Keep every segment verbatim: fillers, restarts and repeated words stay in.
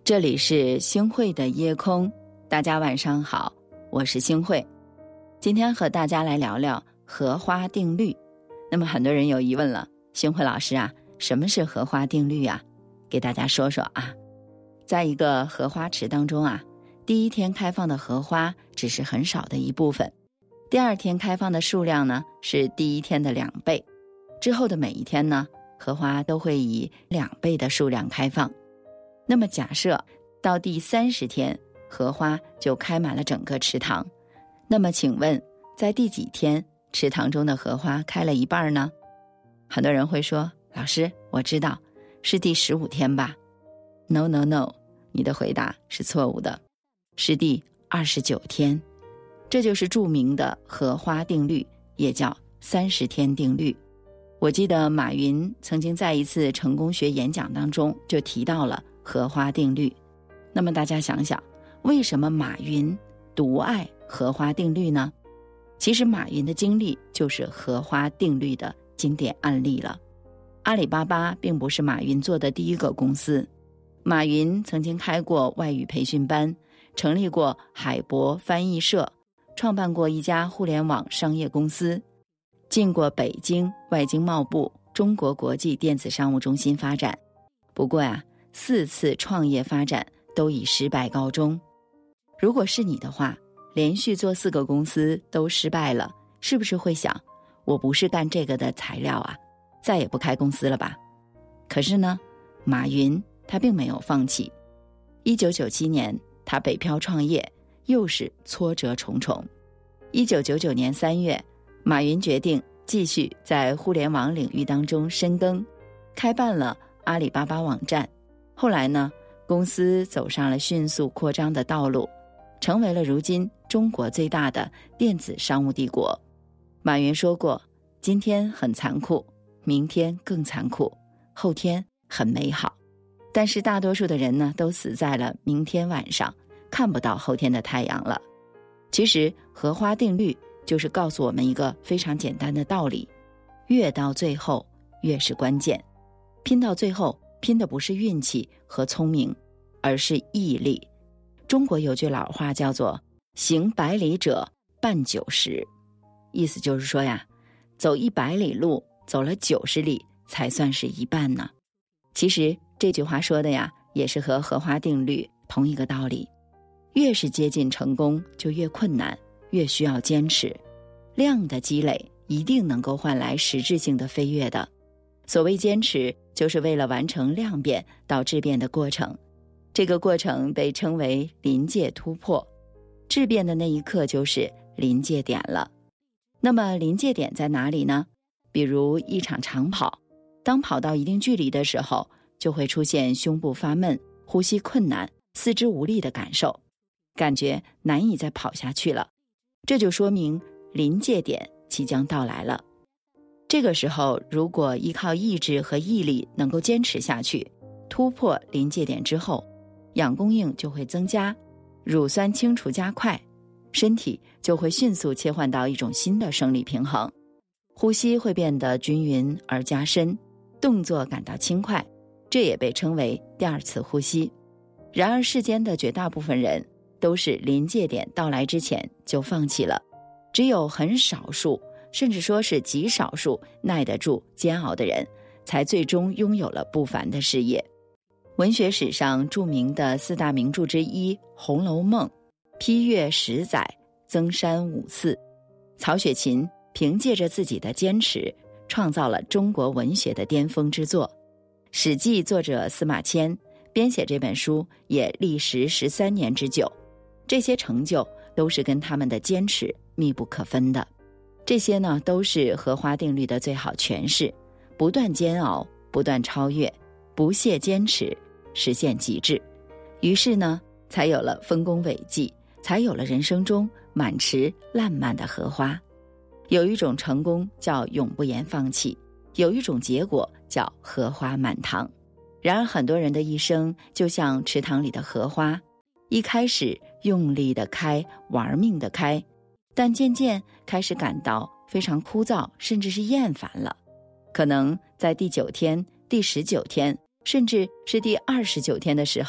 这里是星慧的夜空，大家晚上好，我是星慧。今天和大家来聊聊荷花定律。那么很多人有疑问了，星慧老师啊，什么是荷花定律啊？给大家说说啊。在一个荷花池当中啊，第一天开放的荷花只是很少的一部分，第二天开放的数量呢是第一天的两倍，之后的每一天呢，荷花都会以两倍的数量开放。那么假设到第三十天，荷花就开满了整个池塘，那么请问在第几天池塘中的荷花开了一半呢？很多人会说，老师，我知道是第十五天吧。 No no no， 你的回答是错误的，是第二十九天。这就是著名的荷花定律，也叫三十天定律。我记得马云曾经在一次成功学演讲当中就提到了荷花定律。那么大家想想，为什么马云独爱荷花定律呢？其实马云的经历就是荷花定律的经典案例了。阿里巴巴并不是马云做的第一个公司，马云曾经开过外语培训班，成立过海博翻译社，创办过一家互联网商业公司，进过北京外经贸部中国国际电子商务中心发展。不过呀、啊，四次创业发展都以失败告终。如果是你的话，连续做四个公司都失败了，是不是会想，我不是干这个的材料啊，再也不开公司了吧？可是呢，马云他并没有放弃。一九九七年他北漂创业，又是挫折重重。一九九九年三月，马云决定继续在互联网领域当中深耕，开办了阿里巴巴网站。后来呢，公司走上了迅速扩张的道路，成为了如今中国最大的电子商务帝国。马云说过，今天很残酷，明天更残酷，后天很美好。但是大多数的人呢，都死在了明天晚上，看不到后天的太阳了。其实荷花定律就是告诉我们一个非常简单的道理，越到最后越是关键。拼到最后，拼的不是运气和聪明，而是毅力。中国有句老话叫做行百里者半九十，意思就是说呀，走一百里路，走了九十里才算是一半呢。其实这句话说的呀，也是和荷花定律同一个道理。越是接近成功，就越困难，越需要坚持。量的积累一定能够换来实质性的飞跃的。所谓坚持，就是为了完成量变到质变的过程。这个过程被称为临界突破，质变的那一刻就是临界点了。那么临界点在哪里呢？比如一场长跑，当跑到一定距离的时候，就会出现胸部发闷、呼吸困难、四肢无力的感受，感觉难以再跑下去了。这就说明临界点即将到来了。这个时候，如果依靠意志和毅力能够坚持下去，突破临界点之后，氧供应就会增加，乳酸清除加快，身体就会迅速切换到一种新的生理平衡，呼吸会变得均匀而加深，动作感到轻快，这也被称为第二次呼吸。然而世间的绝大部分人都是临界点到来之前就放弃了，只有很少数，甚至说是极少数耐得住煎熬的人，才最终拥有了不凡的事业。文学史上著名的四大名著之一《红楼梦》，批阅十载，增删五次。曹雪芹凭借着自己的坚持，创造了中国文学的巅峰之作。史记作者司马迁编写这本书也历时十三年之久，这些成就都是跟他们的坚持密不可分的。这些呢，都是荷花定律的最好诠释：不断煎熬，不断超越，不懈坚持，实现极致。于是呢，才有了丰功伟绩，才有了人生中满池烂漫的荷花。有一种成功叫永不言放弃，有一种结果叫荷花满堂。然而很多人的一生就像池塘里的荷花，一开始用力的开，玩命的开，但渐渐开始感到非常枯燥，甚至是厌烦了。可能在第九天、第十九天，甚至是第二十九天的时候，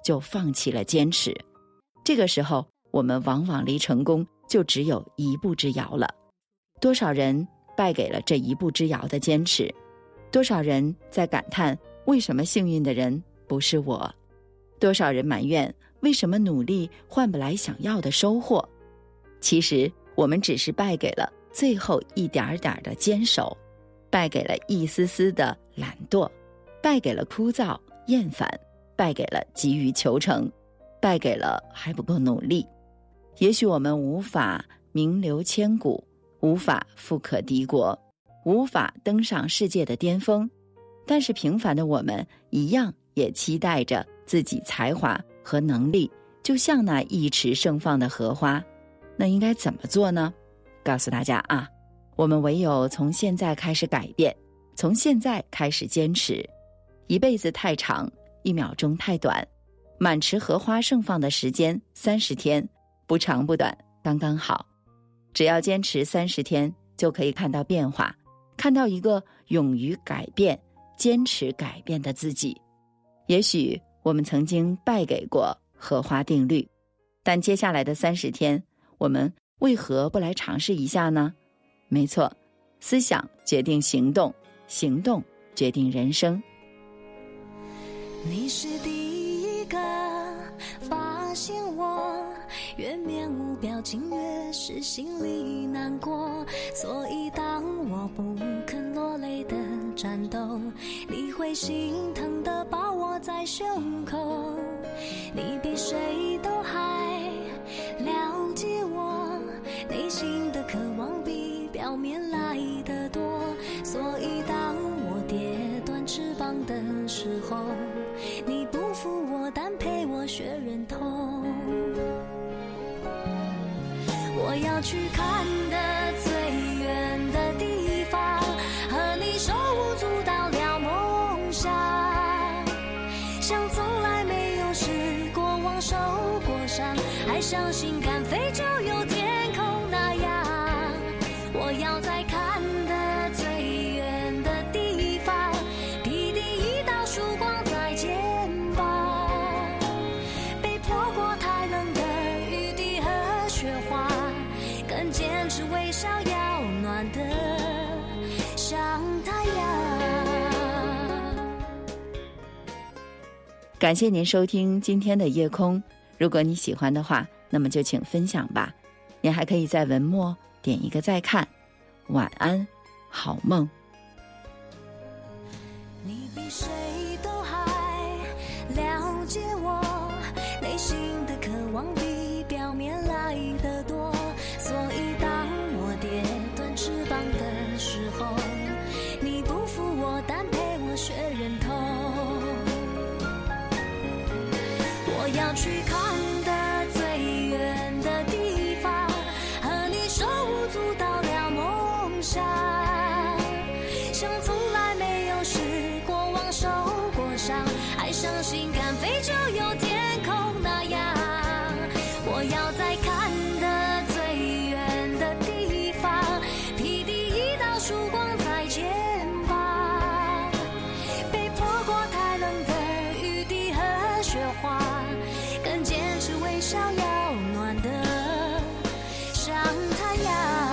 就放弃了坚持。这个时候，我们往往离成功就只有一步之遥了。多少人败给了这一步之遥的坚持？多少人在感叹为什么幸运的人不是我？多少人埋怨为什么努力换不来想要的收获？其实我们只是败给了最后一点点的坚守，败给了一丝丝的懒惰，败给了枯燥厌烦，败给了急于求成，败给了还不够努力。也许我们无法名留千古，无法富可敌国，无法登上世界的巅峰，但是平凡的我们一样也期待着自己才华和能力就像那一池盛放的荷花。那应该怎么做呢？告诉大家啊，我们唯有从现在开始改变，从现在开始坚持。一辈子太长，一秒钟太短，满池荷花盛放的时间三十天，不长不短，刚刚好。只要坚持三十天，就可以看到变化，看到一个勇于改变、坚持改变的自己。也许我们曾经败给过荷花定律，但接下来的三十天，我们为何不来尝试一下呢？没错，思想决定行动，行动决定人生。 你是第一个发现我，越面无表情越是心里难过，所以当我不肯落泪的战斗，你会心疼地把我在胸口。你比谁都还了解我内心的渴望，比表面来得多，所以当我跌断翅膀的时候，你不负我，但陪我学忍痛。我要去看的最远的地方，和你手舞足蹈聊梦想，像从来没有失过望受过伤，还相信敢飞就有天空那样。我要在看的最远的地方，披第一道曙光在肩膀，被泼过太冷的雨滴和雪花，更坚持微笑要暖的像太阳。 感谢您收听今天的夜空，如果你喜欢的话，那么就请分享吧。您还可以在文末点一个再看。晚安，好梦。 你比谁都还了解我内心的渴望，比表面来得多，所以当我跌断翅膀的时候，你不负我，但陪我学忍痛。我要去看的最远的地方，和你手舞足蹈聊梦想，像从来没有失过望受过伤，还相信敢飞就有天空那样。我要在看的最远的地方，披第一道曙光在肩膀，被泼过太冷的雨滴和雪花，更坚持微笑要暖的像太阳。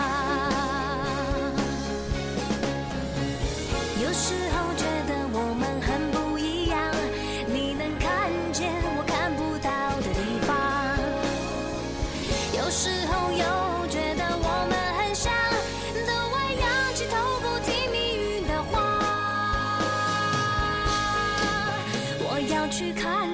有时候觉得我们很不一样，你能看见我看不到的地方，有时候又觉得我们很像，都爱仰起头不听命运的话。我要去看